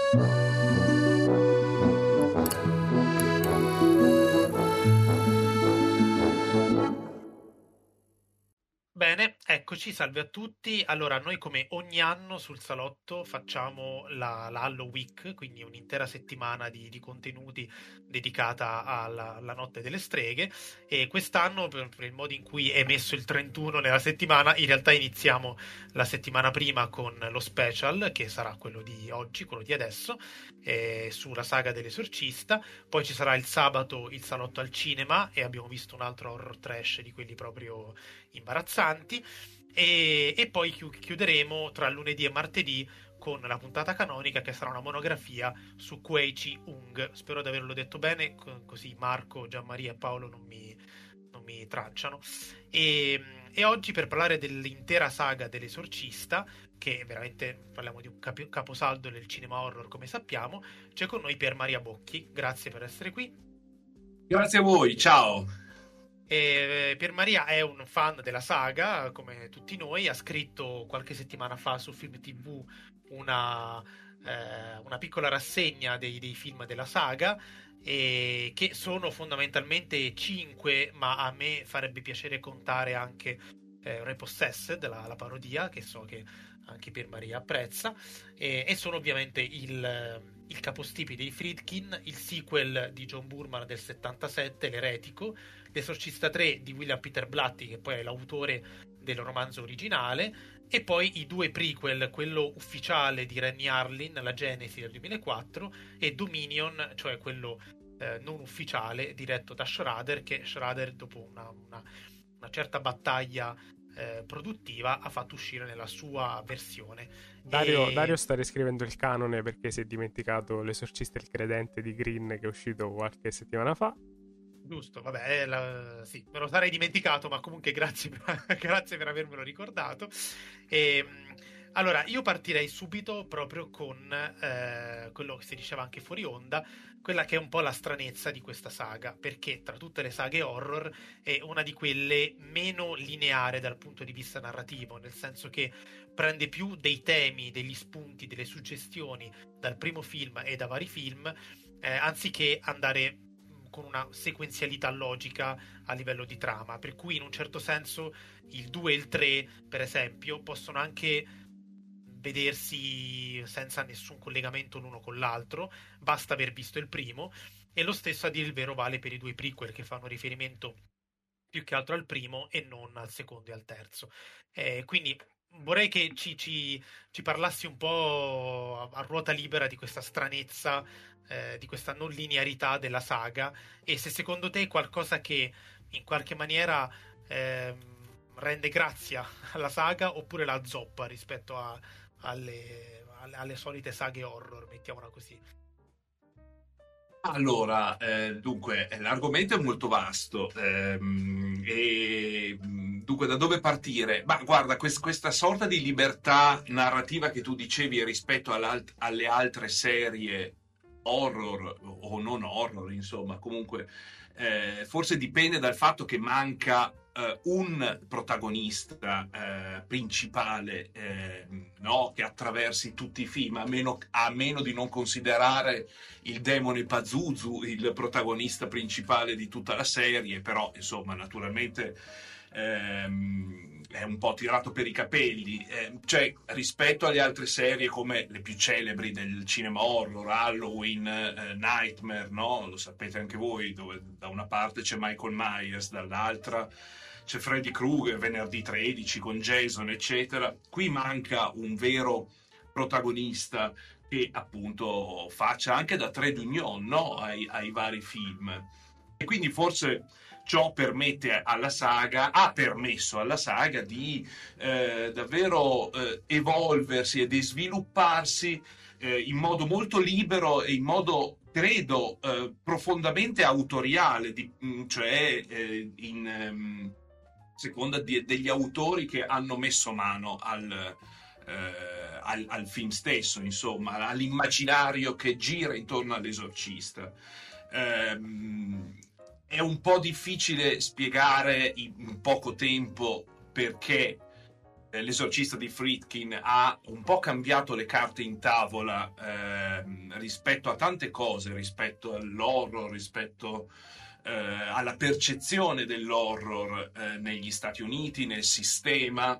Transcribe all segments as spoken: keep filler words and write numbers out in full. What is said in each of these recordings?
Bene, eccoci, salve a tutti. Allora, noi come ogni anno sul salotto facciamo la, la Hallow Week, quindi un'intera settimana di, di contenuti dedicata alla, alla Notte delle Streghe, e quest'anno, per, per il modo in cui è messo il trentuno nella settimana, in realtà iniziamo la settimana prima con lo special, che sarà quello di oggi, quello di adesso, eh, sulla saga dell'Esorcista. Poi ci sarà il sabato il salotto al cinema e abbiamo visto un altro horror trash di quelli proprio imbarazzanti, e, e poi chiuderemo tra lunedì e martedì con la puntata canonica, che sarà una monografia su Kuei Chi Ung. Spero di averlo detto bene, così Marco, Gianmaria e Paolo non mi, non mi tracciano. E, e oggi, per parlare dell'intera saga dell'Esorcista, che veramente parliamo di un capi- caposaldo del cinema horror, come sappiamo, c'è con noi Pier Maria Bocchi. Grazie per essere qui. Grazie a voi, ciao. E Pier Maria è un fan della saga, come tutti noi. Ha scritto qualche settimana fa su Film ti vu una, eh, una piccola rassegna dei, dei film della saga, e che sono fondamentalmente cinque, ma a me farebbe piacere contare anche eh, Repossessed, la, la parodia, che so che anche Pier Maria apprezza, e, e sono ovviamente il, il capostipite di Friedkin, il sequel di John Burman del settantasette, L'Eretico, L'Esorcista tre di William Peter Blatty, che poi è l'autore del romanzo originale, e poi i due prequel, quello ufficiale di Renny Harlin, La Genesi del duemilaquattro, e Dominion, cioè quello eh, non ufficiale, diretto da Schrader, che Schrader, dopo una, una, una certa battaglia eh, produttiva, ha fatto uscire nella sua versione. Dario, Dario E sta riscrivendo il canone perché si è dimenticato L'Esorcista e il Credente di Green, che è uscito qualche settimana fa. giusto, vabbè, eh, la- sì, me lo sarei dimenticato, ma comunque grazie per, grazie per avermelo ricordato. E, allora, io partirei subito proprio con eh, quello che si diceva anche fuori onda, quella che è un po' la stranezza di questa saga, perché tra tutte le saghe horror è una di quelle meno lineare dal punto di vista narrativo, nel senso che prende più dei temi, degli spunti, delle suggestioni dal primo film e da vari film, eh, anziché andare con una sequenzialità logica a livello di trama, per cui in un certo senso il due e il tre, per esempio, possono anche vedersi senza nessun collegamento l'uno con l'altro, basta aver visto il primo, e lo stesso a dire il vero vale per i due prequel, che fanno riferimento più che altro al primo e non al secondo e al terzo. Eh, quindi vorrei che ci, ci, ci parlassi un po' a, a ruota libera di questa stranezza, eh, di questa non linearità della saga, e se secondo te è qualcosa che in qualche maniera ehm, rende grazia alla saga, oppure la zoppa rispetto a, alle, alle, alle solite saghe horror, mettiamola così. Allora, eh, dunque, eh, l'argomento è molto vasto, ehm, e mh, dunque da dove partire? Ma guarda, quest- questa sorta di libertà narrativa che tu dicevi rispetto all'alt- alle altre serie horror o non horror, insomma, comunque, eh, forse dipende dal fatto che manca eh, un protagonista eh, principale, eh, no? Che attraversi tutti i film, a meno, a meno di non considerare il demone Pazuzu il protagonista principale di tutta la serie, però insomma naturalmente ehm, è un po' tirato per i capelli, eh, cioè rispetto alle altre serie come le più celebri del cinema horror, Halloween, eh, Nightmare, no? Lo sapete anche voi, dove da una parte c'è Michael Myers, dall'altra c'è Freddy Krueger, venerdì tredici con Jason, eccetera. Qui manca un vero protagonista che appunto faccia anche da trade union, no? ai, ai vari film. E quindi forse ciò permette alla saga, ha permesso alla saga di eh, davvero eh, evolversi e di svilupparsi eh, in modo molto libero e in modo, credo, eh, profondamente autoriale, di, cioè eh, in ehm, seconda di, degli autori che hanno messo mano al, eh, al, al film stesso, insomma, all'immaginario che gira intorno all'esorcista. Ehm, è un po' difficile spiegare in poco tempo perché L'esorcista di Friedkin ha un po' cambiato le carte in tavola eh, rispetto a tante cose, rispetto all'horror, rispetto eh, alla percezione dell'horror eh, negli Stati Uniti, nel sistema,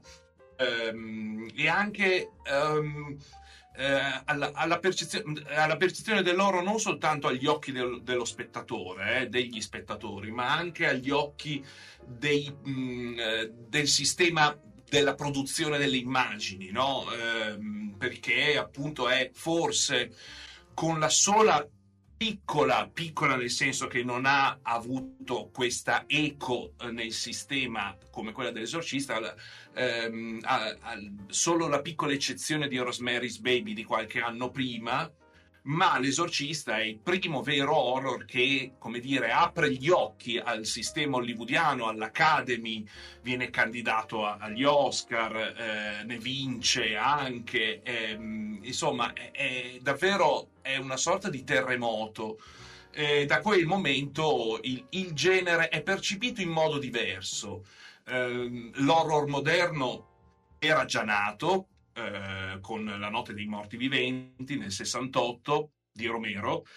ehm, e anche ehm, eh, alla, alla, percezione, alla percezione dell'horror non soltanto agli occhi del, dello spettatore, eh, degli spettatori, ma anche agli occhi dei, mh, del sistema della produzione delle immagini, no? Ehm, perché appunto è forse con la sola piccola, piccola nel senso che non ha avuto questa eco nel sistema come quella dell'esorcista, ehm, a, a, solo la piccola eccezione di Rosemary's Baby di qualche anno prima, ma l'esorcista è il primo vero horror che, come dire, apre gli occhi al sistema hollywoodiano, all'Academy, viene candidato a, agli Oscar, eh, ne vince anche, ehm, insomma è, è davvero è una sorta di terremoto. Eh, da quel momento il, il genere è percepito in modo diverso. Eh, l'horror moderno era già nato, Eh, con La notte dei morti viventi nel sessantotto di Romero,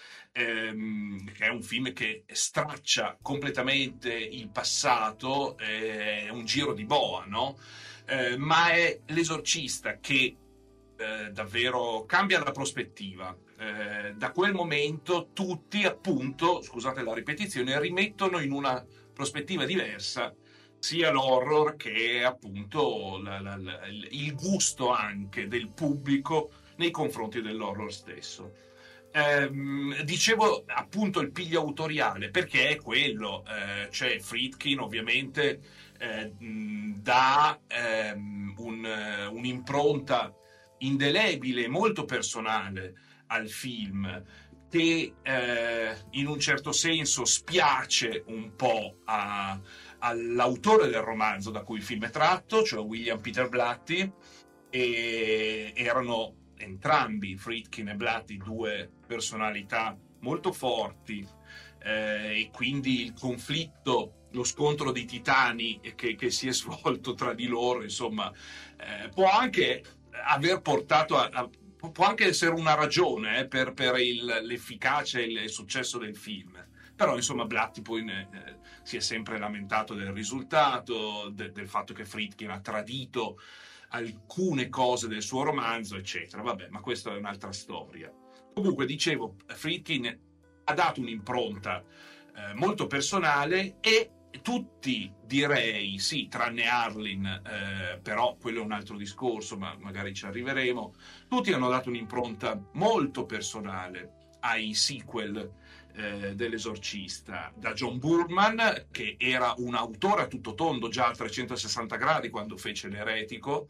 ehm, che è un film che straccia completamente il passato, eh, è un giro di boa, no? Eh, ma è l'esorcista che eh, davvero cambia la prospettiva. Eh, da quel momento tutti, appunto, scusate la ripetizione, rimettono in una prospettiva diversa sia l'horror che appunto la, la, la, il gusto anche del pubblico nei confronti dell'horror stesso. Ehm, dicevo appunto il piglio autoriale perché è quello, eh, cioè Friedkin ovviamente eh, dà ehm, un, un'impronta indelebile, molto personale al film, che eh, in un certo senso spiace un po' a all'autore del romanzo da cui il film è tratto, cioè William Peter Blatty, e erano entrambi, Friedkin e Blatty, due personalità molto forti, eh, e quindi il conflitto, lo scontro di titani che, che si è svolto tra di loro, insomma, eh, può anche aver portato a, a può anche essere una ragione eh, per, per il, l'efficacia e il successo del film. Però insomma Blatty poi ne, eh, si è sempre lamentato del risultato, de, del fatto che Friedkin ha tradito alcune cose del suo romanzo, eccetera. Vabbè, ma questa è un'altra storia. Comunque, dicevo, Friedkin ha dato un'impronta eh, molto personale e tutti, direi, sì, tranne Arlen, eh, però quello è un altro discorso, ma magari ci arriveremo, tutti hanno dato un'impronta molto personale ai sequel eh, dell'esorcista, da John Boorman, che era un autore a tutto tondo già a trecentosessanta gradi quando fece l'eretico,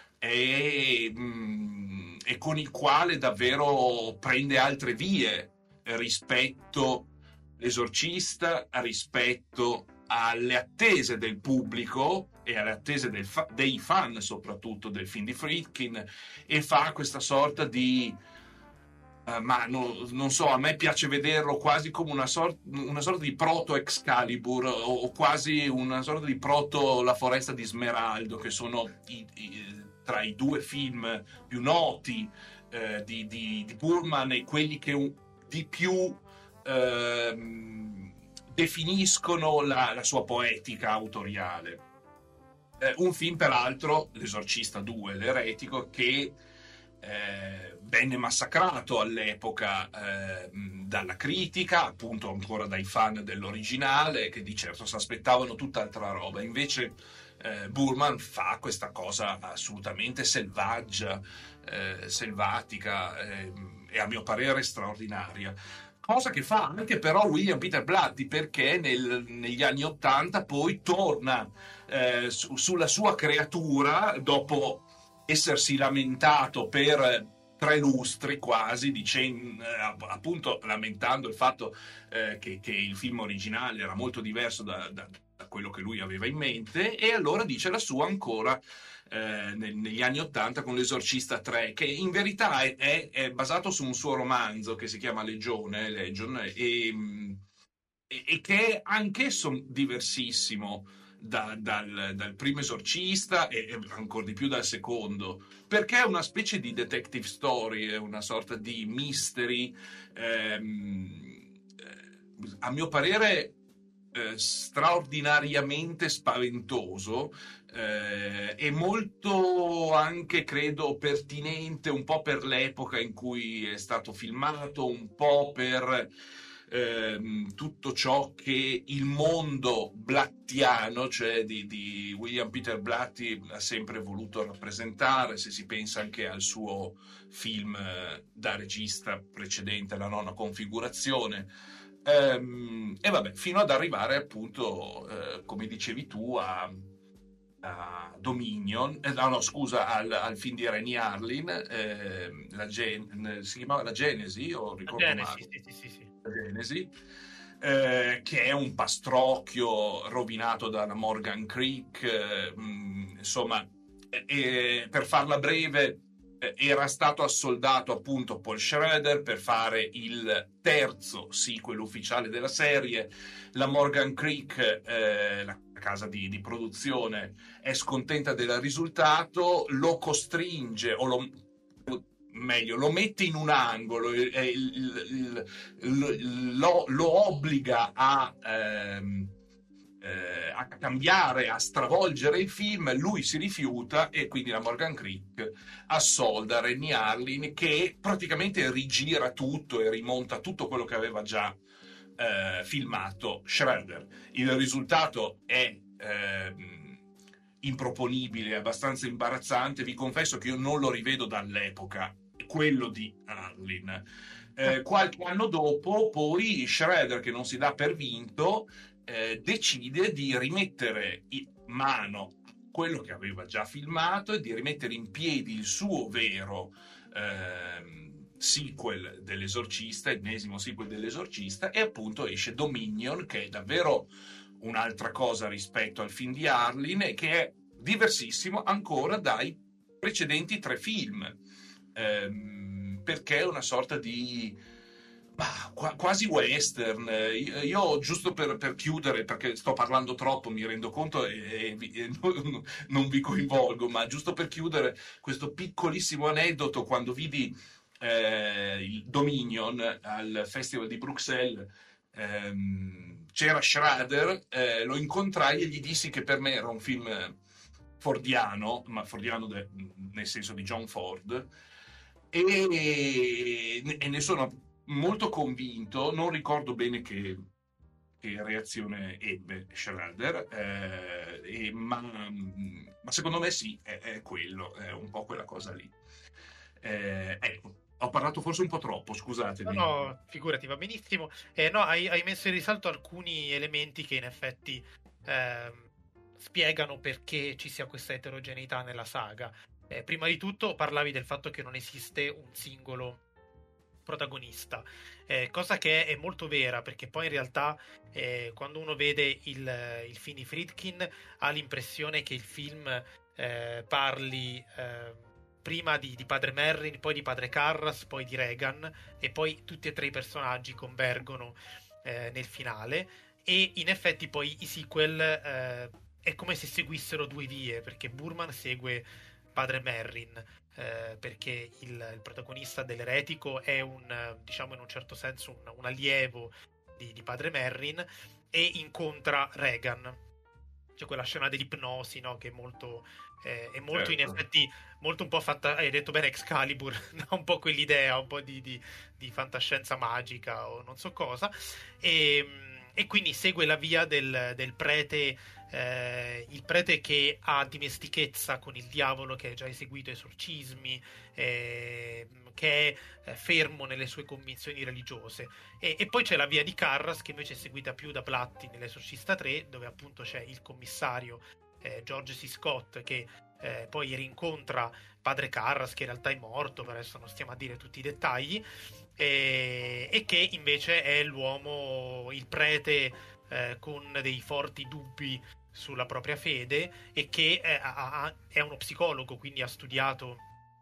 e, mh, e con il quale davvero prende altre vie rispetto all'esorcista, rispetto alle attese del pubblico e alle attese del fa- dei fan soprattutto del film di Friedkin, e fa questa sorta di uh, ma no, non so, a me piace vederlo quasi come una, sort- una sorta di proto Excalibur o, o quasi una sorta di proto La foresta di Smeraldo, che sono i, i, tra i due film più noti eh, di, di, di Boorman e quelli che un, di più ehm, definiscono la, la sua poetica autoriale. Eh, un film, peraltro, L'Esorcista due, l'eretico, che eh, venne massacrato all'epoca eh, dalla critica, appunto ancora dai fan dell'originale, che di certo si aspettavano tutt'altra roba. Invece eh, Boorman fa questa cosa assolutamente selvaggia, eh, selvatica eh, e a mio parere straordinaria. Cosa che fa anche però William Peter Blatty, perché nel, negli anni Ottanta poi torna eh, su, sulla sua creatura dopo essersi lamentato per tre lustri quasi, dicendo, appunto lamentando il fatto eh, che, che il film originale era molto diverso da, da, da quello che lui aveva in mente, e allora dice la sua ancora Eh, negli anni Ottanta con L'Esorcista tre, che in verità è, è, è basato su un suo romanzo che si chiama Legione, Legion, e, e, e che è anch'esso diversissimo da, dal, dal primo Esorcista e, e ancora di più dal secondo, perché è una specie di detective story, è una sorta di mystery, ehm, a mio parere eh, straordinariamente spaventoso, eh, e molto anche, credo, pertinente un po' per l'epoca in cui è stato filmato, un po' per ehm, tutto ciò che il mondo blattiano, cioè di, di William Peter Blatty, ha sempre voluto rappresentare, se si pensa anche al suo film eh, da regista precedente, La nona configurazione. Ehm, e vabbè, fino ad arrivare appunto, eh, come dicevi tu, a, a Dominion, eh, no, no, scusa, al, al film di Renny Harlin, eh, la Gen- si chiamava La Genesi, o ricordo Genesi, male? sì, sì, sì, sì. La Genesi, eh, che è un pastrocchio rovinato dalla Morgan Creek, eh, mh, insomma, e, e per farla breve, eh, era stato assoldato appunto Paul Schrader per fare il terzo sequel ufficiale della serie. La Morgan Creek, eh, la casa di, di produzione, è scontenta del risultato, lo costringe o lo meglio, lo mette in un angolo, eh, il, il, il, lo, lo obbliga a, ehm, eh, a cambiare, a stravolgere il film. Lui si rifiuta e quindi la Morgan Creek assolda Renny Harlin, che praticamente rigira tutto e rimonta tutto quello che aveva già eh, filmato Schrader. Il risultato è ehm, improponibile, abbastanza imbarazzante. Vi confesso che io non lo rivedo dall'epoca, quello di Harlin. Eh, qualche anno dopo, poi Schrader, che non si dà per vinto, eh, decide di rimettere in mano quello che aveva già filmato e di rimettere in piedi il suo vero ehm, sequel dell'Esorcista, l'ennesimo sequel dell'Esorcista, e appunto esce Dominion, che è davvero un'altra cosa rispetto al film di Harlin e che è diversissimo ancora dai precedenti tre film, ehm, perché è una sorta di bah, quasi western. Io, io giusto per, per chiudere, perché sto parlando troppo, mi rendo conto, e, e, e non, non vi coinvolgo, ma giusto per chiudere questo piccolissimo aneddoto: quando vidi eh, il Dominion al Festival di Bruxelles, ehm, c'era Schrader, eh, lo incontrai e gli dissi che per me era un film fordiano, ma fordiano de, nel senso di John Ford, e, e ne sono molto convinto. Non ricordo bene che, che reazione ebbe Schrader, eh, e, ma, ma secondo me sì, è, è quello, è un po' quella cosa lì. Eh, ecco, ho parlato forse un po' troppo, No, scusatemi. no, figurati, va benissimo. Eh, no, hai, hai messo in risalto alcuni elementi che in effetti ehm, spiegano perché ci sia questa eterogeneità nella saga. Eh, prima di tutto parlavi del fatto che non esiste un singolo protagonista, eh, cosa che è molto vera, perché poi in realtà eh, quando uno vede il, il film di Friedkin ha l'impressione che il film eh, parli eh, prima di, di Padre Merrin, poi di Padre Karras, poi di Regan, e poi tutti e tre i personaggi convergono eh, nel finale. E in effetti poi i sequel eh, è come se seguissero due vie, perché Burman segue Padre Merrin, eh, perché il, il protagonista dell'Eretico è un, diciamo in un certo senso, un, un allievo di, di Padre Merrin, e incontra Regan. C'è quella scena dell'ipnosi, no? Che è molto, eh, è molto in Certo. effetti, molto un po' fatta, hai detto bene, Excalibur, dà un po' quell'idea, un po' di, di, di fantascienza magica o non so cosa, e, e quindi segue la via del, del prete, eh, il prete che ha dimestichezza con il diavolo, che ha già eseguito esorcismi, eh, che è eh, fermo nelle sue convinzioni religiose. E, e poi c'è la via di Karras, che invece è seguita più da Blatty nell'Esorcista tre, dove appunto c'è il commissario eh, George C. Scott, che eh, poi rincontra Padre Karras, che in realtà è morto, per adesso non stiamo a dire tutti i dettagli, e, e che invece è l'uomo, il prete eh, con dei forti dubbi sulla propria fede, e che è, ha, è uno psicologo, quindi ha studiato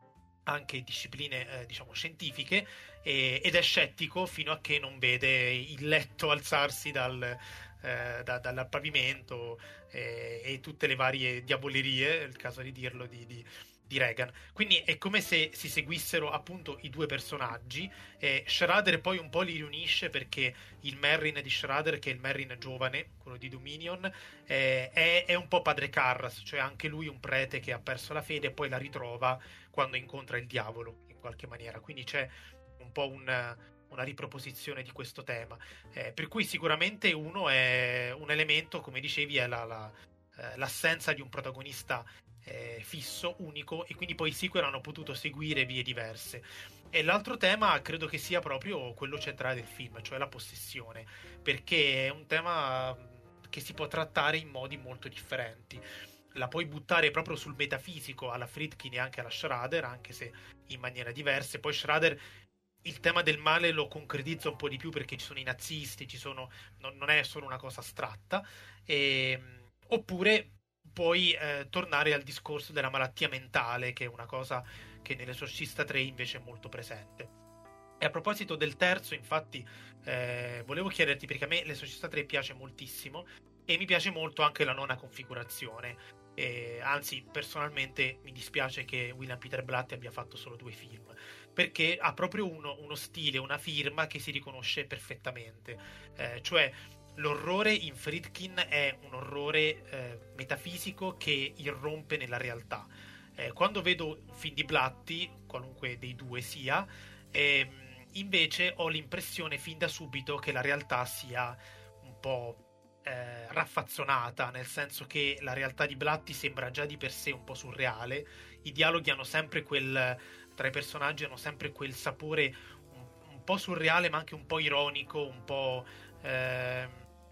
anche discipline eh, diciamo scientifiche, e, ed è scettico fino a che non vede il letto alzarsi dal, eh, da, dal pavimento eh, e tutte le varie diavolerie, è il caso di dirlo, di, di, di Reagan. Quindi è come se si seguissero appunto i due personaggi. eh, Schrader poi un po' li riunisce, perché il Merrin di Schrader, che è il Merrin giovane, quello di Dominion, eh, è, è un po' padre Carras, cioè anche lui un prete che ha perso la fede e poi la ritrova quando incontra il diavolo in qualche maniera, quindi c'è un po' un, una riproposizione di questo tema, eh, per cui sicuramente uno è un elemento, come dicevi, è la, la, eh, l'assenza di un protagonista eh, fisso, unico, e quindi poi i sequel hanno potuto seguire vie diverse. E l'altro tema credo che sia proprio quello centrale del film, cioè la possessione, perché è un tema che si può trattare in modi molto differenti. La puoi buttare proprio sul metafisico alla Friedkin e anche alla Schrader, anche se in maniera diversa. Poi Schrader il tema del male lo concretizza un po' di più, perché ci sono i nazisti, ci sono, non, non è solo una cosa astratta. E, oppure puoi eh, tornare al discorso della malattia mentale, che è una cosa che nell'Esorcista tre invece è molto presente. E a proposito del terzo, infatti, eh, volevo chiederti, perché a me l'Esorcista tre piace moltissimo e mi piace molto anche la nona configurazione. E, anzi, personalmente mi dispiace che William Peter Blatty abbia fatto solo due film, perché ha proprio uno, uno stile, una firma che si riconosce perfettamente. Eh, cioè, l'orrore in Friedkin è un orrore eh, metafisico che irrompe nella realtà. Eh, quando vedo un film di Blatty, qualunque dei due sia, ehm, invece ho l'impressione fin da subito che la realtà sia un po' eh, raffazzonata, nel senso che la realtà di Blatty sembra già di per sé un po' surreale. I dialoghi hanno sempre quel, tra i personaggi hanno sempre quel sapore un, un po' surreale, ma anche un po' ironico, un po', eh,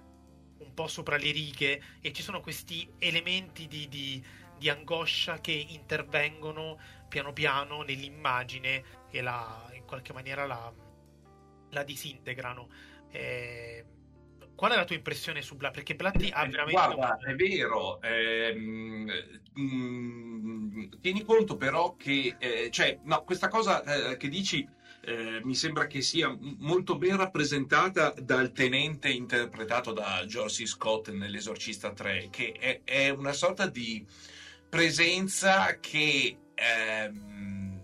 un po' sopra le righe, e ci sono questi elementi di, di, di angoscia che intervengono piano piano nell'immagine e la, in qualche maniera la, la disintegrano. Eh, qual è la tua impressione su Blatty? Perché Blatty ha veramente... Guarda, un... è vero. ehm, mm, tieni conto però che, eh, cioè, no, questa cosa eh, che dici eh, mi sembra che sia m- molto ben rappresentata dal tenente interpretato da George C. Scott nell'Esorcista tre, che è, è una sorta di presenza che ehm,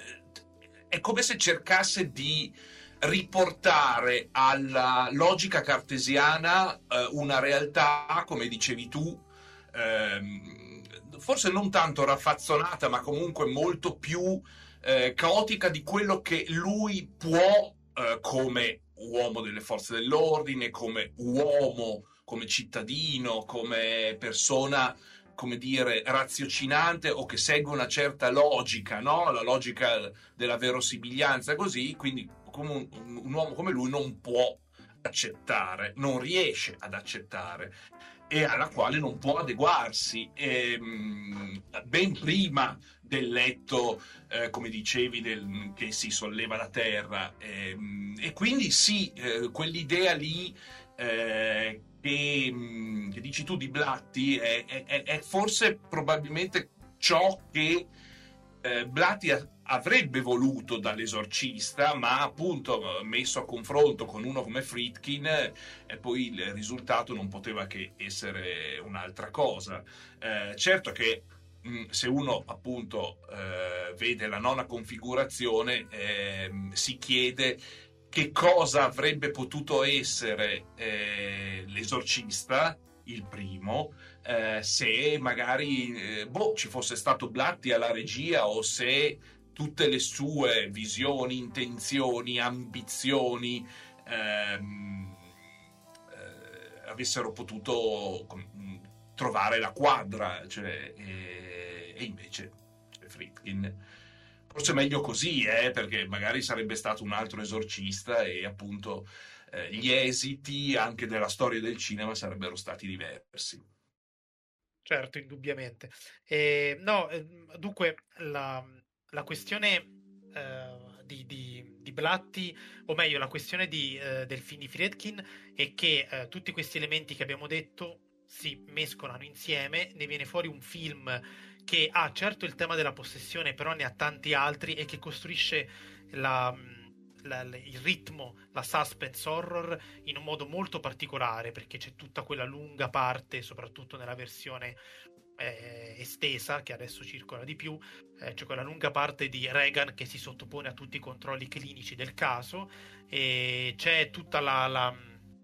è come se cercasse di riportare alla logica cartesiana eh, una realtà, come dicevi tu, ehm, forse non tanto raffazzonata, ma comunque molto più eh, caotica di quello che lui può, eh, come uomo delle forze dell'ordine, come uomo, come cittadino, come persona, come dire, raziocinante o che segue una certa logica, no? La logica della verosimiglianza, così, quindi come un, un uomo come lui non può accettare, non riesce ad accettare, e alla quale non può adeguarsi. E, mh, ben prima del letto, eh, come dicevi, del, che si solleva da terra. E, e quindi sì, eh, quell'idea lì eh, che, mh, che dici tu di Blatty è, è, è forse probabilmente ciò che eh, Blatty ha, avrebbe voluto dall'Esorcista, ma appunto messo a confronto con uno come Friedkin, e eh, poi il risultato non poteva che essere un'altra cosa. Eh, certo che mh, se uno appunto eh, vede la nona configurazione, eh, si chiede che cosa avrebbe potuto essere eh, l'Esorcista, il primo, eh, se magari eh, boh, ci fosse stato Blatty alla regia, o se tutte le sue visioni, intenzioni, ambizioni ehm, eh, avessero potuto com- trovare la quadra, cioè, e, e invece cioè, Friedkin. Forse meglio così, eh, perché magari sarebbe stato un altro Esorcista e appunto eh, gli esiti anche della storia del cinema sarebbero stati diversi. Certo, indubbiamente. Eh, no, eh, dunque la, la questione eh, di, di, di Blatty, o meglio, la questione di, eh, del film di Friedkin è che eh, tutti questi elementi che abbiamo detto si mescolano insieme, ne viene fuori un film che ha certo il tema della possessione, però ne ha tanti altri, e che costruisce la, la, il ritmo, la suspense horror in un modo molto particolare, perché c'è tutta quella lunga parte, soprattutto nella versione eh, estesa, che adesso circola di più, eh, c'è quella lunga parte di Regan che si sottopone a tutti i controlli clinici del caso, e c'è tutta la, la,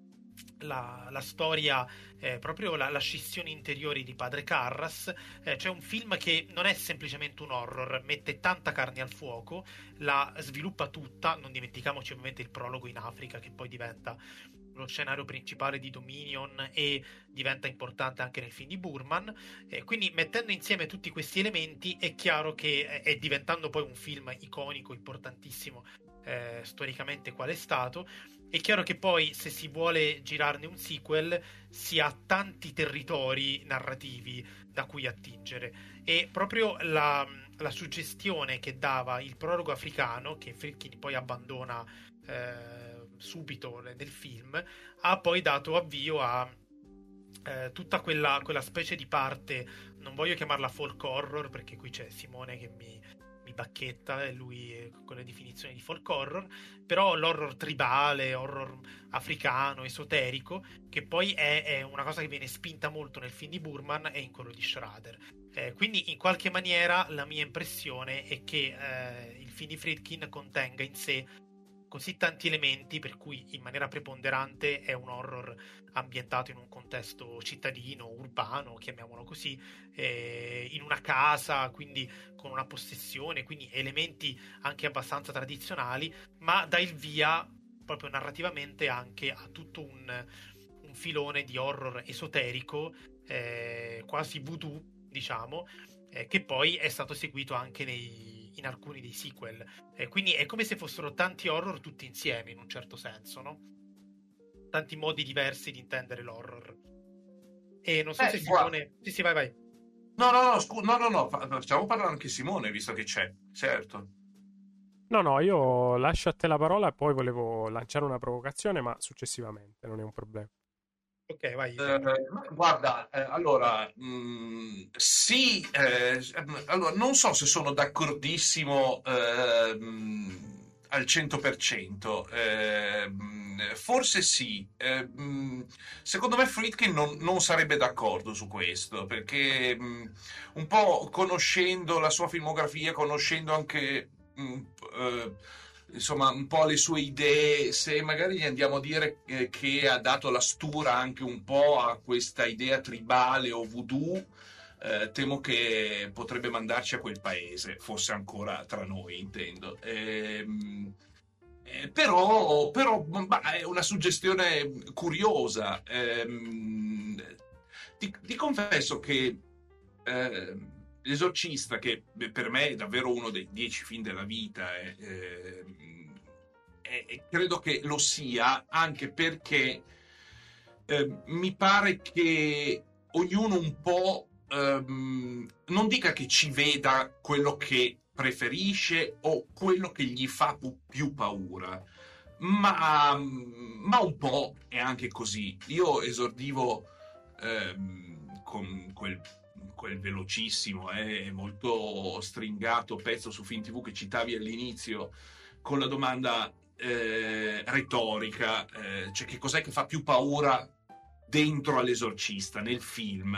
la, la storia, eh, proprio la, la scissione interiori di padre Carras. Eh, c'è un film che non è semplicemente un horror, mette tanta carne al fuoco, la sviluppa tutta. Non dimentichiamoci ovviamente il prologo in Africa, che poi diventa lo scenario principale di Dominion e diventa importante anche nel film di Burman. Eh, quindi mettendo insieme tutti questi elementi è chiaro che è, è diventando poi un film iconico, importantissimo, eh, storicamente qual è stato. È chiaro che poi, se si vuole girarne un sequel, si ha tanti territori narrativi da cui attingere, e proprio la, la suggestione che dava il prologo africano, che Friedkin poi abbandona eh, subito nel film, ha poi dato avvio a eh, tutta quella, quella specie di parte, non voglio chiamarla folk horror perché qui c'è Simone che mi, mi bacchetta, e lui eh, con le definizioni di folk horror, però l'horror tribale, horror africano, esoterico, che poi è, è una cosa che viene spinta molto nel film di Burman e in quello di Schrader. Eh, quindi in qualche maniera la mia impressione è che eh, il film di Friedkin contenga in sé così tanti elementi per cui in maniera preponderante è un horror ambientato in un contesto cittadino, urbano, chiamiamolo così, eh, in una casa, quindi con una possessione, quindi elementi anche abbastanza tradizionali, ma dà il via proprio narrativamente anche a tutto un, un filone di horror esoterico, eh, quasi voodoo, diciamo, eh, che poi è stato seguito anche nei in alcuni dei sequel, eh, quindi è come se fossero tanti horror tutti insieme in un certo senso, no? Tanti modi diversi di intendere l'horror. E non so Eh, se guarda. Simone... Sì, sì, vai, vai. No, no, no, scu- no, no, no, fa- facciamo parlare anche Simone, visto che c'è, certo. No, no, io lascio a te la parola e poi volevo lanciare una provocazione, ma successivamente, non è un problema. Ok, vai. Eh, ma guarda, eh, allora, mh, sì, eh, allora, non so se sono d'accordissimo eh, mh, al cento per cento, eh, mh, forse sì. Eh, mh, secondo me Friedkin non, non sarebbe d'accordo su questo, perché mh, un po' conoscendo la sua filmografia, conoscendo anche mh, eh, insomma un po' le sue idee, se magari gli andiamo a dire eh, che ha dato la stura anche un po' a questa idea tribale o voodoo, eh, temo che potrebbe mandarci a quel paese, fosse ancora tra noi, intendo. Ehm, eh, però, però bah, è una suggestione curiosa. Ehm, ti, ti confesso che eh, L'esorcista, che per me è davvero uno dei dieci film della vita, è, eh, è, è, credo che lo sia anche perché eh, mi pare che ognuno un po' ehm, non dica che ci veda quello che preferisce o quello che gli fa più paura, ma, ma un po' è anche così. Io esordivo ehm, con quel quel velocissimo e eh, molto stringato pezzo su Film tivù che citavi all'inizio, con la domanda eh, retorica, eh, cioè che cos'è che fa più paura dentro all'esorcista nel film,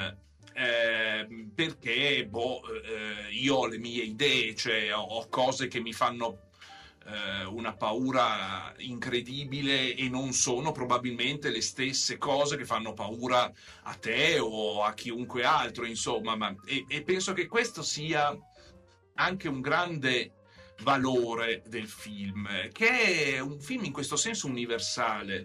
eh, perché boh, eh, io ho le mie idee, cioè ho, ho cose che mi fanno eh, una paura incredibile e non sono probabilmente le stesse cose che fanno paura a te o a chiunque altro, insomma, ma, e, e penso che questo sia anche un grande valore del film, che è un film in questo senso universale.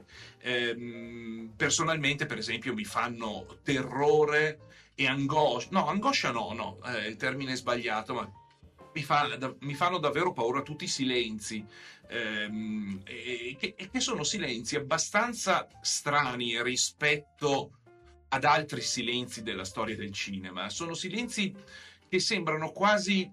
Ehm, personalmente, per esempio, mi fanno terrore e angoscia, no, angoscia no, no, eh, il termine è sbagliato, ma mi, fa, da, mi fanno davvero paura tutti i silenzi, ehm, e, che, e che sono silenzi abbastanza strani rispetto ad altri silenzi della storia del cinema. Sono silenzi che sembrano quasi,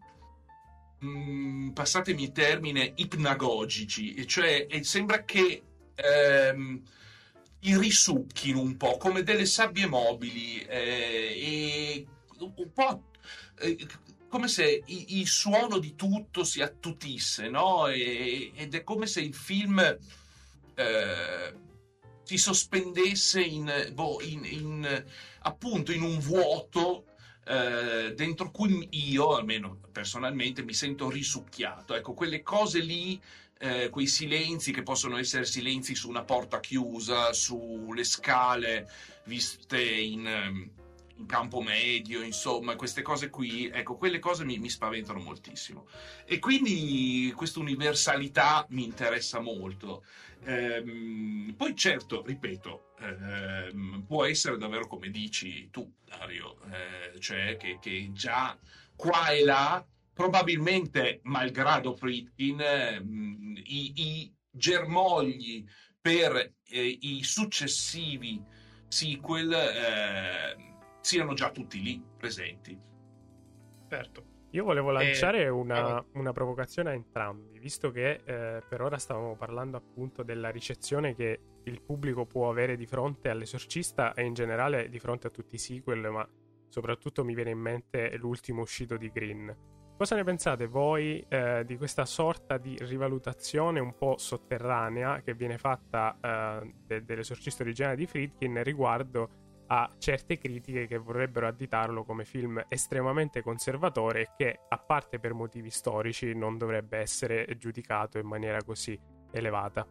mh, passatemi il termine, ipnagogici, cioè e sembra che ehm, i risucchino un po' come delle sabbie mobili, eh, e un po' eh, come se i- il suono di tutto si attutisse, no? E- ed è come se il film eh, si sospendesse in, boh, in, in, appunto in un vuoto eh, dentro cui io, almeno personalmente, mi sento risucchiato. Ecco, quelle cose lì, eh, quei silenzi che possono essere silenzi su una porta chiusa, sulle scale viste in, ehm, in campo medio, insomma, queste cose qui, ecco, quelle cose mi, mi spaventano moltissimo. E quindi questa universalità mi interessa molto. Ehm, poi certo, ripeto, ehm, può essere davvero come dici tu, Dario, eh, cioè che, che già qua e là, probabilmente malgrado Friedkin, ehm, i, i germogli per eh, i successivi sequel eh, siano già tutti lì presenti. Certo. Io volevo E... lanciare ah, una, una provocazione a entrambi, visto che eh, per ora stavamo parlando appunto della ricezione che il pubblico può avere di fronte all'Esorcista e in generale di fronte a tutti i sequel, ma soprattutto mi viene in mente l'ultimo uscito di Green. Cosa ne pensate voi eh, di questa sorta di rivalutazione un po' sotterranea che viene fatta eh, de- dell'Esorcista originale di Friedkin riguardo a certe critiche che vorrebbero additarlo come film estremamente conservatore e che, a parte per motivi storici, non dovrebbe essere giudicato in maniera così elevata?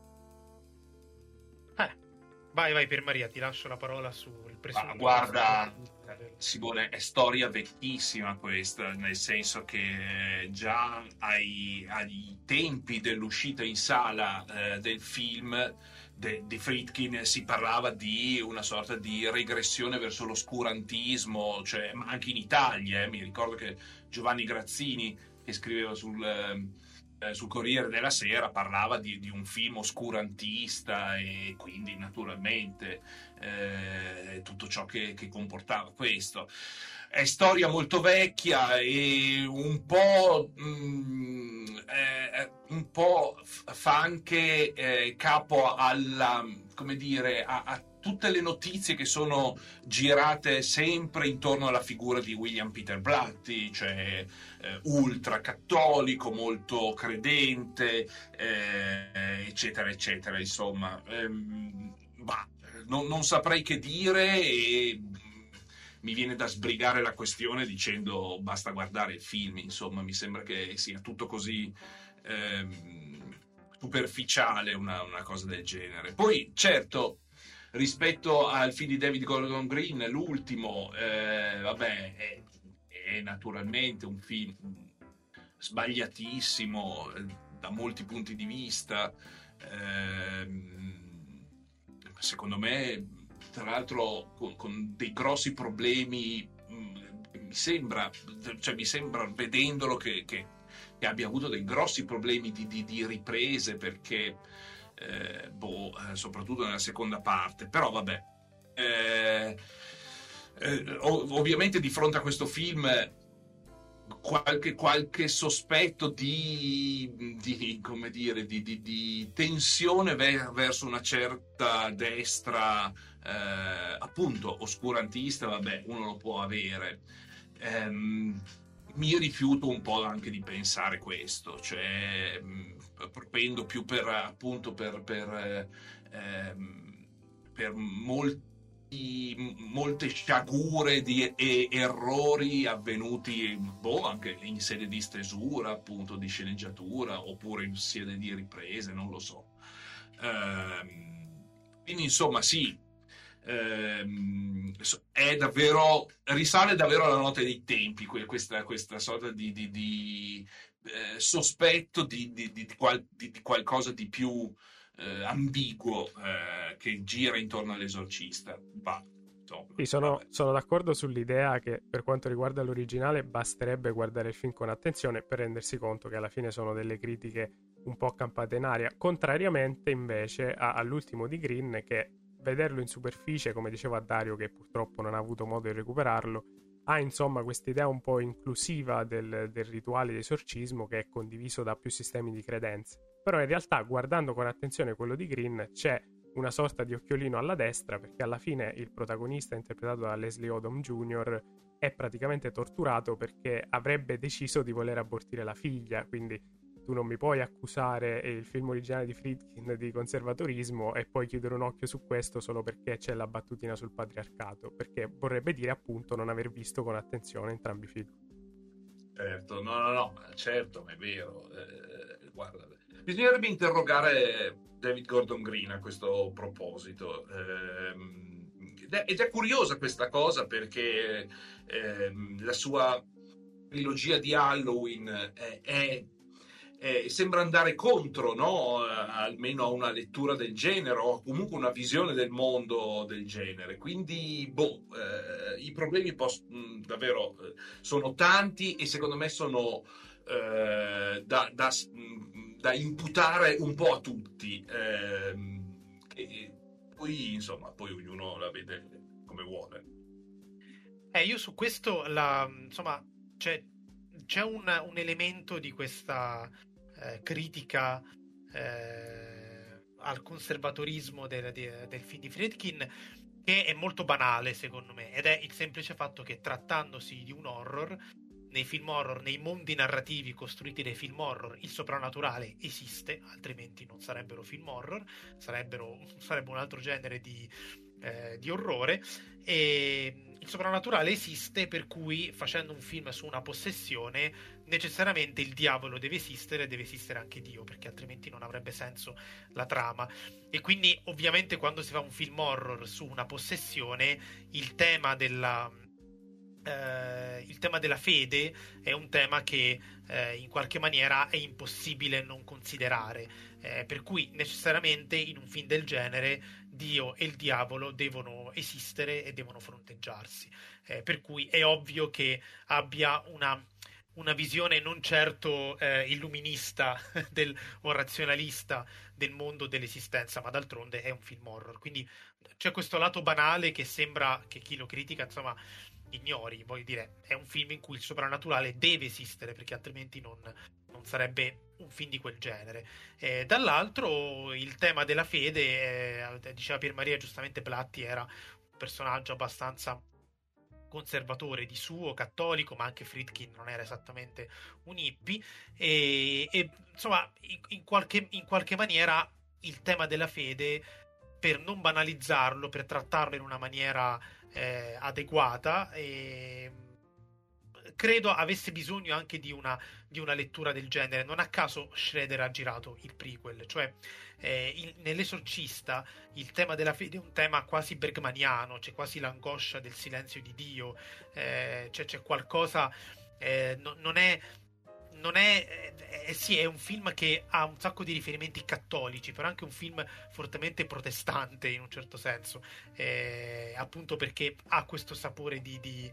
eh, vai, vai per Maria, ti lascio la parola sul Ma presunto guarda, conservatismo del- Simone, è storia vecchissima questa, nel senso che già ai, ai tempi dell'uscita in sala eh, del film de, di Friedkin si parlava di una sorta di regressione verso l'oscurantismo, cioè, ma anche in Italia. Eh, mi ricordo che Giovanni Grazzini, che scriveva sul... Eh, eh, sul Corriere della Sera, parlava di, di un film oscurantista e quindi naturalmente eh, tutto ciò che, che comportava questo. È storia molto vecchia e un po', mh, eh, un po' fa anche eh, capo alla, come dire, a, a tutte le notizie che sono girate sempre intorno alla figura di William Peter Blatty, cioè eh, ultra cattolico, molto credente, eh, eccetera, eccetera. Insomma, ehm, bah, non, non saprei che dire e mi viene da sbrigare la questione dicendo basta guardare il film, insomma, mi sembra che sia tutto così ehm, superficiale una, una cosa del genere. Poi, certo, rispetto al film di David Gordon Green, l'ultimo, eh, vabbè, è, è naturalmente un film sbagliatissimo eh, da molti punti di vista. Ehm, secondo me, tra l'altro, con, con dei grossi problemi. mh, Mi sembra, cioè, mi sembra vedendolo che, che, che abbia avuto dei grossi problemi di, di, di riprese perché, eh, boh, eh, soprattutto nella seconda parte. Però, vabbè. Eh, eh, ov- ovviamente di fronte a questo film qualche, qualche sospetto di, di, come dire, di, di, di tensione ver- verso una certa destra, eh, appunto, oscurantista, vabbè, uno lo può avere. Ehm, Mi rifiuto un po' anche di pensare questo, cioè mh, propendo più per, appunto, per, per, ehm, per molti molte sciagure di e, errori avvenuti boh, anche in sede di stesura, appunto, di sceneggiatura oppure in sede di riprese, non lo so. Ehm, quindi insomma sì, ehm, è davvero, risale davvero alla notte dei tempi questa, questa sorta di, di, di eh, sospetto di, di, di, qual, di, di qualcosa di più eh, ambiguo eh, che gira intorno all'esorcista. Va, insomma, Sì, sono, vabbè. sono d'accordo sull'idea che per quanto riguarda l'originale basterebbe guardare il film con attenzione per rendersi conto che alla fine sono delle critiche un po' campate in aria, contrariamente invece a- all'ultimo di Green che vederlo in superficie, come diceva Dario che purtroppo non ha avuto modo di recuperarlo, ha insomma questa idea un po' inclusiva del, del rituale di esorcismo che è condiviso da più sistemi di credenze. Però in realtà guardando con attenzione quello di Green c'è una sorta di occhiolino alla destra, perché alla fine il protagonista, interpretato da Leslie Odom Junior, è praticamente torturato perché avrebbe deciso di voler abortire la figlia, quindi tu non mi puoi accusare il film originale di Friedkin di conservatorismo e poi chiudere un occhio su questo solo perché c'è la battutina sul patriarcato, perché vorrebbe dire appunto non aver visto con attenzione entrambi i film. Certo, no, no, no, certo, è vero. Eh, guarda, bisognerebbe interrogare David Gordon Green a questo proposito. Eh, ed, è, ed è curiosa questa cosa perché eh, la sua trilogia di Halloween è, è Eh, sembra andare contro, no? Eh, almeno a una lettura del genere o comunque una visione del mondo del genere. Quindi, boh, eh, i problemi pos- mh, davvero eh, sono tanti e secondo me sono eh, da, da, mh, da imputare un po' a tutti. Eh, e poi, insomma, poi ognuno la vede come vuole. Eh, io su questo, la, insomma, c'è, c'è un, un elemento di questa eh, critica eh, al conservatorismo del, de- del film di Friedkin che è molto banale, secondo me, ed è il semplice fatto che trattandosi di un horror, nei film horror, nei mondi narrativi costruiti dai film horror, il soprannaturale esiste, altrimenti non sarebbero film horror, sarebbero, sarebbe un altro genere di, eh, di orrore, e il soprannaturale esiste, per cui facendo un film su una possessione necessariamente il diavolo deve esistere, deve esistere anche Dio, perché altrimenti non avrebbe senso la trama. E quindi ovviamente quando si fa un film horror su una possessione, il tema della eh, il tema della fede è un tema che eh, in qualche maniera è impossibile non considerare, eh, per cui necessariamente in un film del genere Dio e il diavolo devono esistere e devono fronteggiarsi, eh, per cui è ovvio che abbia una una visione non certo eh, illuminista del, o razionalista del mondo dell'esistenza, ma d'altronde è un film horror. Quindi c'è questo lato banale che sembra che chi lo critica, insomma, ignori. Voglio dire, è un film in cui il soprannaturale deve esistere, perché altrimenti non, non sarebbe un film di quel genere. Eh, dall'altro, il tema della fede, eh, diceva Pier Maria giustamente, Platti era un personaggio abbastanza conservatore di suo, cattolico, ma anche Friedkin non era esattamente un hippie, e, e insomma in, in, qualche, in qualche maniera il tema della fede, per non banalizzarlo, per trattarlo in una maniera eh, adeguata, e credo avesse bisogno anche di una, di una lettura del genere. Non a caso Schroeder ha girato il prequel, cioè eh, il, nell'Esorcista il tema della fede è un tema quasi bergmaniano, c'è quasi l'angoscia del silenzio di Dio, eh, c'è, c'è qualcosa, eh, no, non è non è, eh, sì, è un film che ha un sacco di riferimenti cattolici, però anche un film fortemente protestante in un certo senso, eh, appunto perché ha questo sapore di, di,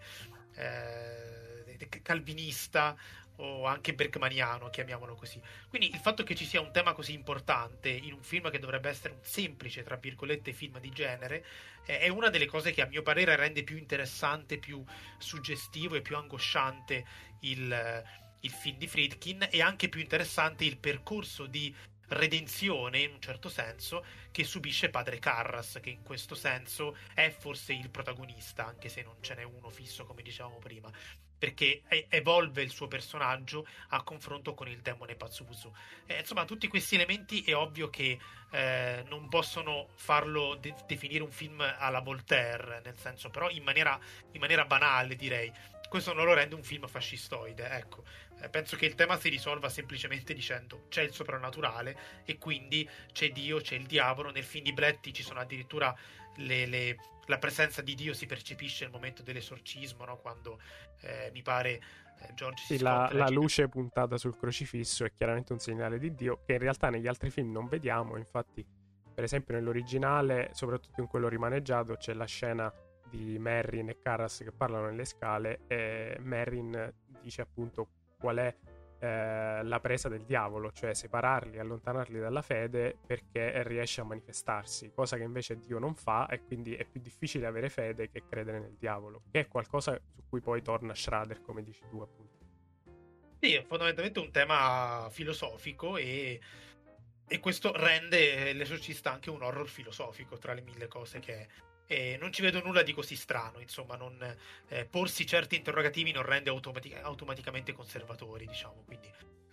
eh, di calvinista o anche bergmaniano, chiamiamolo così. Quindi il fatto che ci sia un tema così importante in un film che dovrebbe essere un semplice, tra virgolette, film di genere, eh, è una delle cose che a mio parere rende più interessante, più suggestivo e più angosciante il il film di Friedkin, e anche più interessante il percorso di redenzione, in un certo senso, che subisce padre Karras, che in questo senso è forse il protagonista, anche se non ce n'è uno fisso come dicevamo prima, perché evolve il suo personaggio a confronto con il demone Pazuzu. Eh, insomma, tutti questi elementi è ovvio che eh, non possono farlo de- definire un film alla Voltaire, nel senso, però in maniera, in maniera banale, direi. Questo non lo rende un film fascistoide, ecco. Eh, penso che il tema si risolva semplicemente dicendo c'è il soprannaturale e quindi c'è Dio, c'è il diavolo. Nel film di Bletty ci sono addirittura le, le, la presenza di Dio si percepisce nel momento dell'esorcismo, no? Quando eh, mi pare eh, George Sì, si la, scotta la luce puntata sul crocifisso è chiaramente un segnale di Dio, che in realtà negli altri film non vediamo. Infatti, per esempio nell'originale, soprattutto in quello rimaneggiato, c'è la scena di Merrin e Karras che parlano nelle scale, e Merrin dice appunto qual è eh, la presa del diavolo, cioè separarli, allontanarli dalla fede perché riesce a manifestarsi, cosa che invece Dio non fa, e quindi è più difficile avere fede che credere nel diavolo, che è qualcosa su cui poi torna Schrader, come dici tu appunto. Sì, è fondamentalmente un tema filosofico, e e questo rende L'Esorcista anche un horror filosofico tra le mille cose che è. E non ci vedo nulla di così strano, insomma, non, eh, porsi certi interrogativi non rende automatic- automaticamente conservatori, diciamo, quindi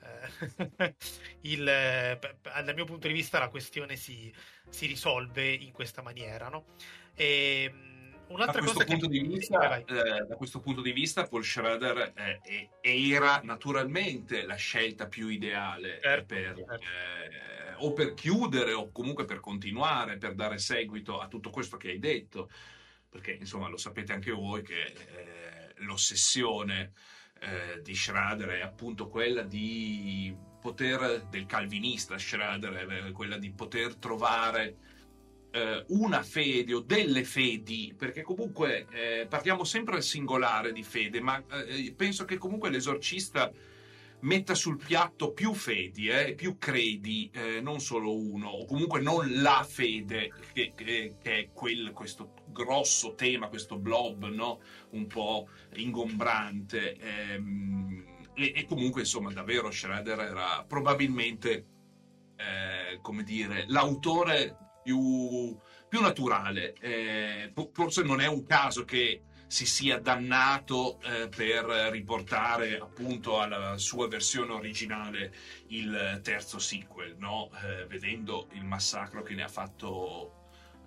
eh, il, eh, dal mio punto di vista la questione si, si risolve in questa maniera, no? E, un'altra da questo cosa punto che... di vista, Vai, vai. eh, da questo punto di vista, Paul Schrader eh, eh, era naturalmente la scelta più ideale eh, Certo, per, certo. eh, o per chiudere o comunque per continuare, per dare seguito a tutto questo che hai detto, perché insomma lo sapete anche voi che eh, l'ossessione eh, di Schrader è appunto quella di poter, del calvinista Schrader, è quella di poter trovare una fede o delle fedi, perché comunque eh, parliamo sempre al singolare di fede, ma eh, penso che comunque L'Esorcista metta sul piatto più fedi, eh, più credi, eh, non solo uno, o comunque non la fede, che, che, che è quel, questo grosso tema, questo blob, no? Un po' ingombrante. Ehm, e, e comunque, insomma, davvero Schrader era probabilmente, eh, come dire, l'autore più, più naturale. Eh, forse non è un caso che si sia dannato eh, per riportare appunto alla sua versione originale il terzo sequel, no? Eh, vedendo il massacro che ne ha fatto.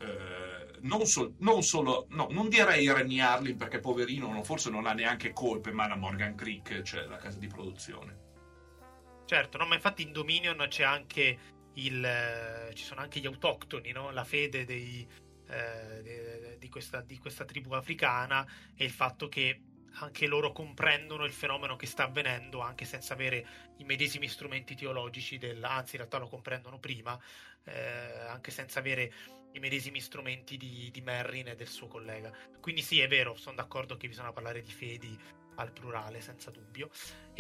Eh, non, so, non solo, no, non direi Ren Yarlin, perché poverino no, forse non ha neanche colpe, ma la Morgan Creek, cioè la casa di produzione. Certo, no, ma infatti in Dominion c'è anche il, eh, ci sono anche gli autoctoni, no? La fede dei, eh, de, di, questa, di questa tribù africana e il fatto che anche loro comprendono il fenomeno che sta avvenendo anche senza avere i medesimi strumenti teologici, del, anzi in realtà lo comprendono prima, eh, anche senza avere i medesimi strumenti di, di Merrin e del suo collega. Quindi sì, è vero, sono d'accordo che bisogna parlare di fedi al plurale, senza dubbio.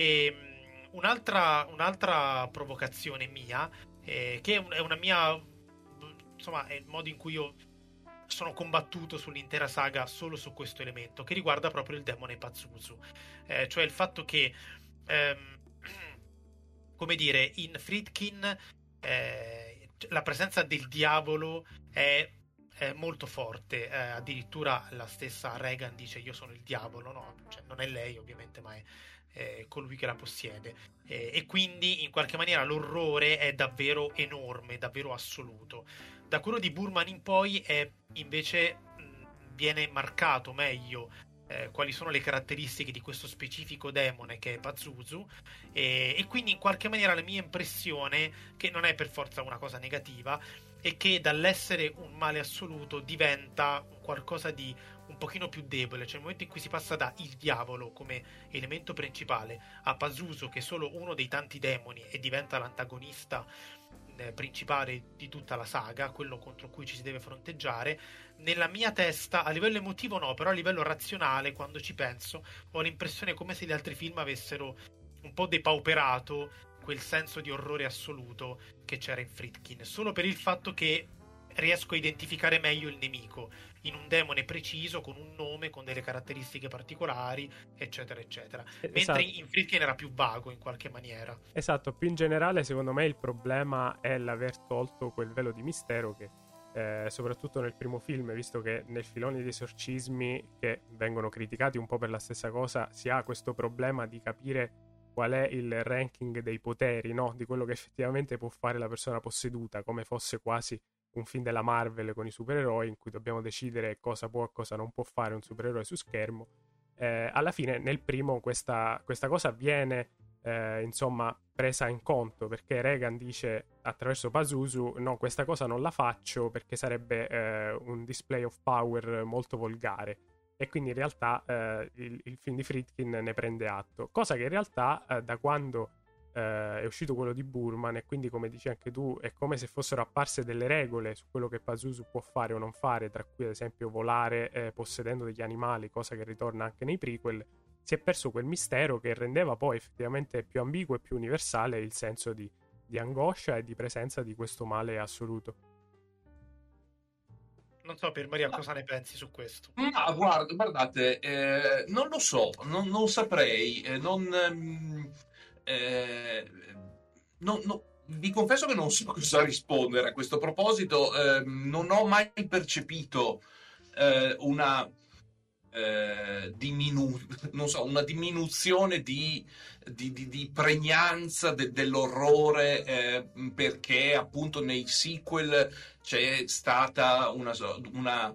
E un'altra, un'altra provocazione mia, eh, che è, un, è una mia, insomma, è il modo in cui io sono combattuto sull'intera saga solo su questo elemento, che riguarda proprio il demone Pazuzu, eh, cioè il fatto che, ehm, come dire, in Friedkin eh, la presenza del diavolo è, è molto forte, eh, addirittura la stessa Regan dice io sono il diavolo, no? Cioè, non è lei ovviamente, ma è eh, colui che la possiede, eh, e quindi in qualche maniera l'orrore è davvero enorme, davvero assoluto. Da quello di Burman in poi è invece mh, viene marcato meglio eh, quali sono le caratteristiche di questo specifico demone che è Pazuzu, e, e quindi in qualche maniera la mia impressione, che non è per forza una cosa negativa, è che dall'essere un male assoluto diventa qualcosa di un pochino più debole, cioè nel momento in cui si passa da il diavolo come elemento principale a Pazuzu che è solo uno dei tanti demoni e diventa l'antagonista eh, principale di tutta la saga, quello contro cui ci si deve fronteggiare. Nella mia testa, a livello emotivo no, però a livello razionale, quando ci penso, ho l'impressione come se gli altri film avessero un po' depauperato quel senso di orrore assoluto che c'era in Friedkin, solo per il fatto che riesco a identificare meglio il nemico in un demone preciso, con un nome, con delle caratteristiche particolari, eccetera, eccetera. Mentre esatto. in Friedkin era più vago in qualche maniera. Esatto, più in generale secondo me il problema è l'aver tolto quel velo di mistero che eh, soprattutto nel primo film, visto che nel filone di esorcismi, che vengono criticati un po' per la stessa cosa, si ha questo problema di capire qual è il ranking dei poteri, no? Di quello che effettivamente può fare la persona posseduta, come fosse quasi un film della Marvel con i supereroi in cui dobbiamo decidere cosa può e cosa non può fare un supereroe su schermo. Eh, alla fine nel primo questa, questa cosa viene eh, insomma presa in conto, perché Regan dice attraverso Pazuzu no, questa cosa non la faccio perché sarebbe eh, un display of power molto volgare, e quindi in realtà eh, il, il film di Friedkin ne prende atto, cosa che in realtà eh, da quando eh, è uscito quello di Burman, e quindi come dici anche tu è come se fossero apparse delle regole su quello che Pazuzu può fare o non fare, tra cui ad esempio volare eh, possedendo degli animali, cosa che ritorna anche nei prequel. Si è perso quel mistero che rendeva poi effettivamente più ambiguo e più universale il senso di, di angoscia e di presenza di questo male assoluto. Non so per Maria cosa ne pensi su questo. Ma guarda, guardate, eh, non lo so, non, non saprei, eh, non, ehm, eh, non, non, vi confesso che non so cosa rispondere a questo proposito. Eh, non ho mai percepito eh, una, eh, diminu- non so, una diminuzione di, di, di- di pregnanza de- dell'orrore, eh, perché appunto nei sequel c'è stata una, so- una,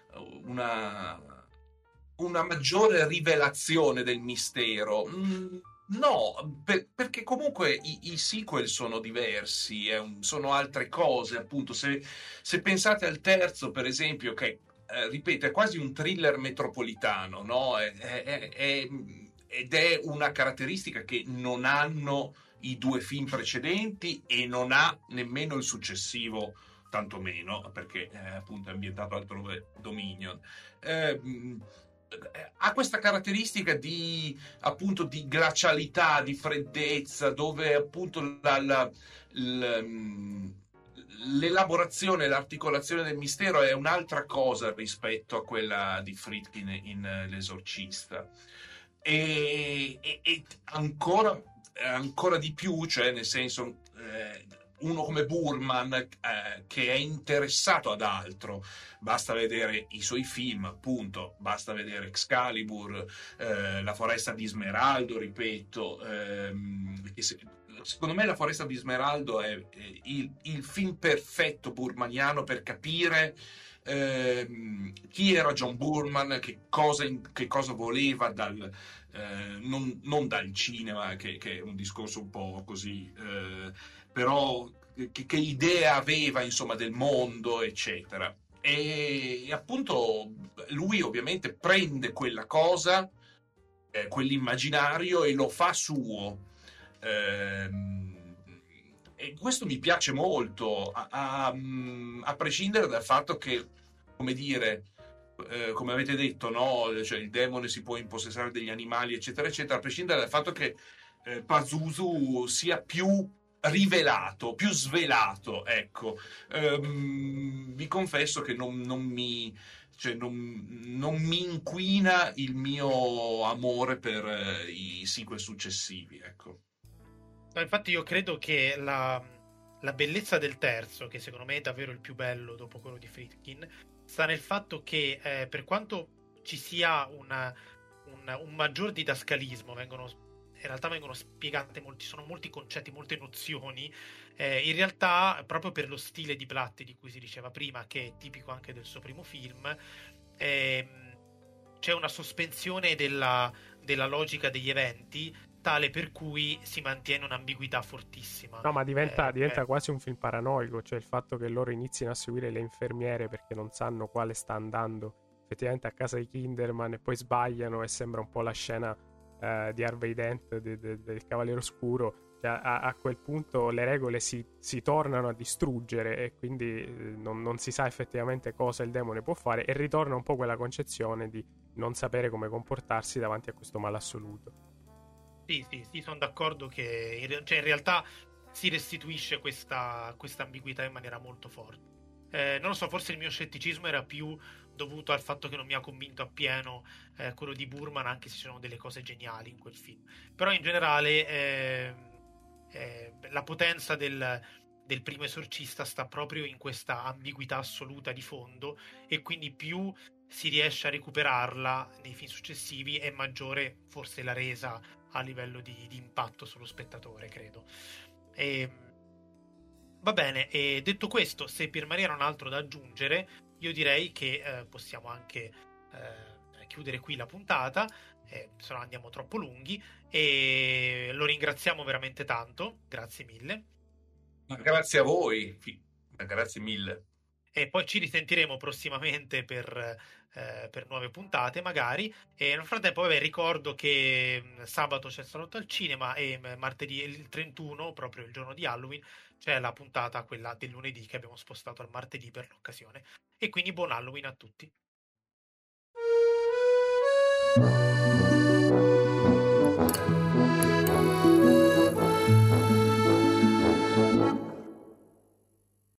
una, una maggiore rivelazione del mistero. Mm, no, per- perché comunque i, i sequel sono diversi, è un- sono altre cose, appunto. Se, se pensate al terzo, per esempio, che eh, ripeto, è quasi un thriller metropolitano, no? È- è- è- ed è una caratteristica che non hanno i due film precedenti e non ha nemmeno il successivo, tantomeno, perché eh, appunto è ambientato altrove, Dominion. Eh, ha questa caratteristica di appunto di glacialità, di freddezza, dove appunto la, la, la, l'elaborazione, l'articolazione del mistero è un'altra cosa rispetto a quella di Friedkin in uh, L'Esorcista. E, e, e ancora, ancora di più, cioè nel senso, eh, uno come Burman, eh, che è interessato ad altro, basta vedere i suoi film, appunto, basta vedere Excalibur, eh, La foresta di Smeraldo, ripeto, ehm, che se, secondo me La foresta di Smeraldo è, è il, il film perfetto burmaniano per capire ehm, chi era John Burman, che cosa, che cosa voleva dal, eh, non, non dal cinema, che, che, è un discorso un po' così, eh, però che, che idea aveva, insomma, del mondo, eccetera. E, e appunto lui ovviamente prende quella cosa, eh, quell'immaginario, e lo fa suo. Ehm, e questo mi piace molto, a, a, a prescindere dal fatto che, come dire, eh, come avete detto, no? Cioè, il demone si può impossessare degli animali, eccetera, eccetera, a prescindere dal fatto che eh, Pazuzu sia più rivelato, più svelato, ecco. Ehm, vi confesso che non, non mi cioè non, non mi inquina il mio amore per eh, i sequel successivi, ecco. No, infatti io credo che la, la bellezza del terzo, che secondo me è davvero il più bello dopo quello di Friedkin, sta nel fatto che eh, per quanto ci sia una, un, un maggior didascalismo, vengono, in realtà vengono spiegate molti, sono molti concetti, molte nozioni, eh, in realtà proprio per lo stile di Platte di cui si diceva prima, che è tipico anche del suo primo film, ehm, c'è una sospensione della, della logica degli eventi tale per cui si mantiene un'ambiguità fortissima. No, ma diventa, Eh, diventa cioè, quasi un film paranoico, cioè il fatto che loro inizino a seguire le infermiere perché non sanno quale sta andando effettivamente a casa di Kinderman e poi sbagliano e sembra un po' la scena eh, di Harvey Dent de, de, del Cavaliere Oscuro. Cioè, a, a quel punto le regole si, si tornano a distruggere e quindi eh, non, non si sa effettivamente cosa il demone può fare e ritorna un po' quella concezione di non sapere come comportarsi davanti a questo male assoluto. sì, sì, sì, sono d'accordo che in, re- cioè, in realtà si restituisce questa, questa ambiguità in maniera molto forte. Eh, non lo so, forse il mio scetticismo era più dovuto al fatto che non mi ha convinto appieno eh, quello di Burman, anche se ci sono delle cose geniali in quel film. Però in generale eh, eh, la potenza del, del primo esorcista sta proprio in questa ambiguità assoluta di fondo e quindi più si riesce a recuperarla nei film successivi e maggiore forse la resa a livello di, di impatto sullo spettatore, credo. E, va bene, e detto questo, se per Maria non ha altro da aggiungere, io direi che eh, possiamo anche eh, chiudere qui la puntata, eh, se no andiamo troppo lunghi, e lo ringraziamo veramente tanto, grazie mille. Ma grazie a voi, ma grazie mille. E poi ci risentiremo prossimamente per, eh, per nuove puntate, magari. E nel frattempo, vabbè, ricordo che mh, sabato c'è il salotto al cinema e mh, martedì, il trentuno, proprio il giorno di Halloween, c'è la puntata, quella del lunedì, che abbiamo spostato al martedì per l'occasione. E quindi buon Halloween a tutti.